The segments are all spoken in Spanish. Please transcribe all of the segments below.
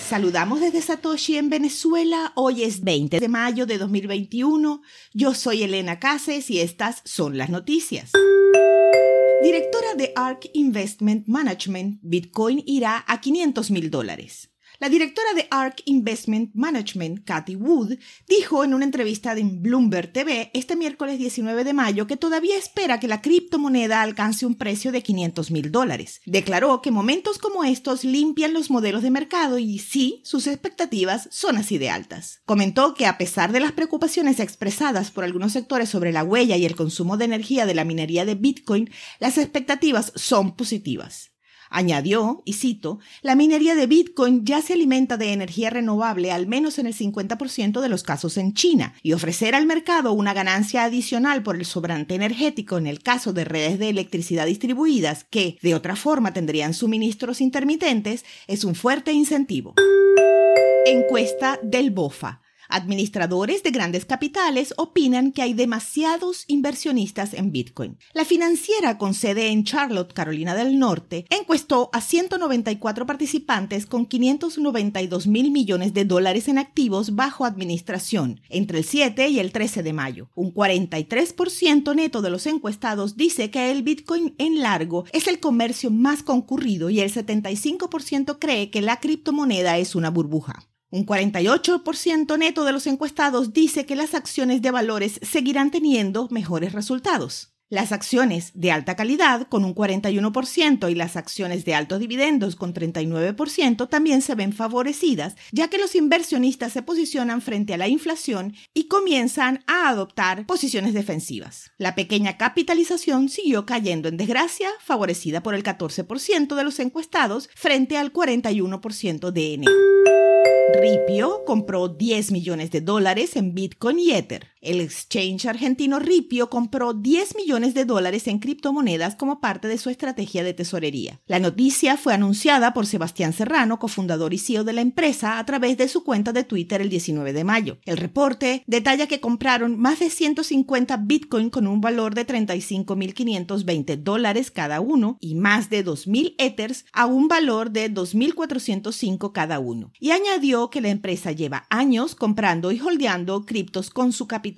saludamos desde Satoshi en Venezuela. Hoy es 20 de mayo de 2021. Yo soy Elena Cases y estas son las noticias. Directora de ARK Investment Management, Bitcoin irá a $500,000. La directora de ARK Investment Management, Cathie Wood, dijo en una entrevista en Bloomberg TV este miércoles 19 de mayo que todavía espera que la criptomoneda alcance un precio de $500,000. Declaró que momentos como estos limpian los modelos de mercado y sí, sus expectativas son así de altas. Comentó que a pesar de las preocupaciones expresadas por algunos sectores sobre la huella y el consumo de energía de la minería de Bitcoin, las expectativas son positivas. Añadió, y cito, la minería de Bitcoin ya se alimenta de energía renovable al menos en el 50% de los casos en China, y ofrecer al mercado una ganancia adicional por el sobrante energético en el caso de redes de electricidad distribuidas que, de otra forma, tendrían suministros intermitentes, es un fuerte incentivo. Encuesta del BofA. Administradores de grandes capitales opinan que hay demasiados inversionistas en Bitcoin. La financiera con sede en Charlotte, Carolina del Norte, encuestó a 194 participantes con $592,000 millones en activos bajo administración entre el 7 y el 13 de mayo. Un 43% neto de los encuestados dice que el Bitcoin en largo es el comercio más concurrido y el 75% cree que la criptomoneda es una burbuja. Un 48% neto de los encuestados dice que las acciones de valores seguirán teniendo mejores resultados. Las acciones de alta calidad, con un 41%, y las acciones de altos dividendos, con 39%, también se ven favorecidas, ya que los inversionistas se posicionan frente a la inflación y comienzan a adoptar posiciones defensivas. La pequeña capitalización siguió cayendo en desgracia, favorecida por el 14% de los encuestados frente al 41% de enero. Ripio compró $10 millones en Bitcoin y Ether. El exchange argentino Ripio compró $10 millones en criptomonedas como parte de su estrategia de tesorería. La noticia fue anunciada por Sebastián Serrano, cofundador y CEO de la empresa, a través de su cuenta de Twitter el 19 de mayo. El reporte detalla que compraron más de 150 Bitcoin con un valor de $35,520 cada uno y más de 2,000 Ethers a un valor de $2,405 cada uno. Y añadió que la empresa lleva años comprando y holdeando criptos con su capital.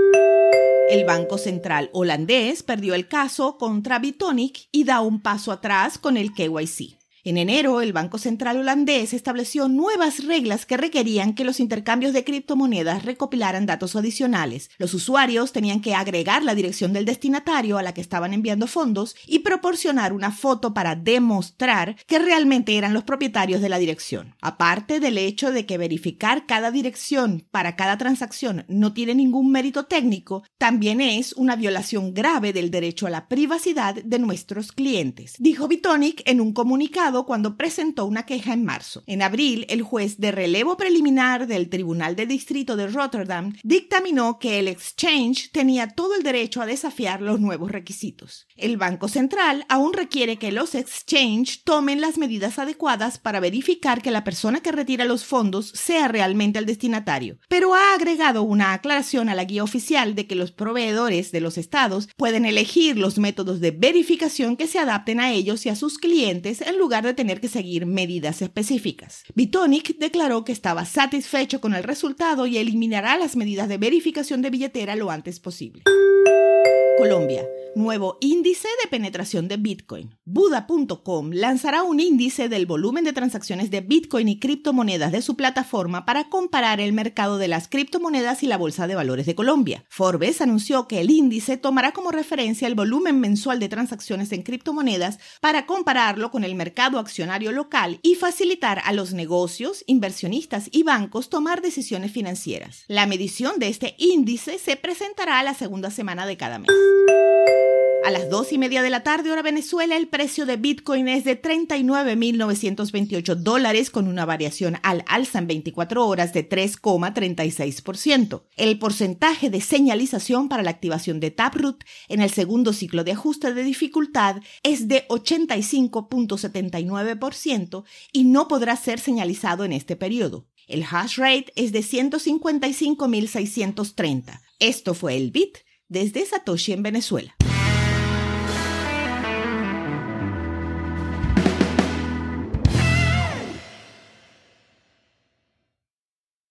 El Banco Central holandés perdió el caso contra Bitonic y da un paso atrás con el KYC. En enero, el Banco Central holandés estableció nuevas reglas que requerían que los intercambios de criptomonedas recopilaran datos adicionales. Los usuarios tenían que agregar la dirección del destinatario a la que estaban enviando fondos y proporcionar una foto para demostrar que realmente eran los propietarios de la dirección. Aparte del hecho de que verificar cada dirección para cada transacción no tiene ningún mérito técnico, también es una violación grave del derecho a la privacidad de nuestros clientes, dijo Bitonic en un comunicado cuando presentó una queja en marzo. En abril, el juez de relevo preliminar del Tribunal de Distrito de Rotterdam dictaminó que el exchange tenía todo el derecho a desafiar los nuevos requisitos. El Banco Central aún requiere que los exchange tomen las medidas adecuadas para verificar que la persona que retira los fondos sea realmente el destinatario, pero ha agregado una aclaración a la guía oficial de que los proveedores de los estados pueden elegir los métodos de verificación que se adapten a ellos y a sus clientes en lugar de tener que seguir medidas específicas. Bitonic declaró que estaba satisfecho con el resultado y eliminará las medidas de verificación de billetera lo antes posible. Colombia. Nuevo índice de penetración de Bitcoin. Buda.com lanzará un índice del volumen de transacciones de Bitcoin y criptomonedas de su plataforma para comparar el mercado de las criptomonedas y la Bolsa de Valores de Colombia. Forbes anunció que el índice tomará como referencia el volumen mensual de transacciones en criptomonedas para compararlo con el mercado accionario local y facilitar a los negocios, inversionistas y bancos tomar decisiones financieras. La medición de este índice se presentará a la segunda semana de cada mes. A las 2:30 de la tarde, hora Venezuela, el precio de Bitcoin es de $39,928 con una variación al alza en 24 horas de 3,36%. El porcentaje de señalización para la activación de Taproot en el segundo ciclo de ajuste de dificultad es de 85,79% y no podrá ser señalizado en este periodo. El hash rate es de 155,630. Esto fue el Bit desde Satoshi en Venezuela.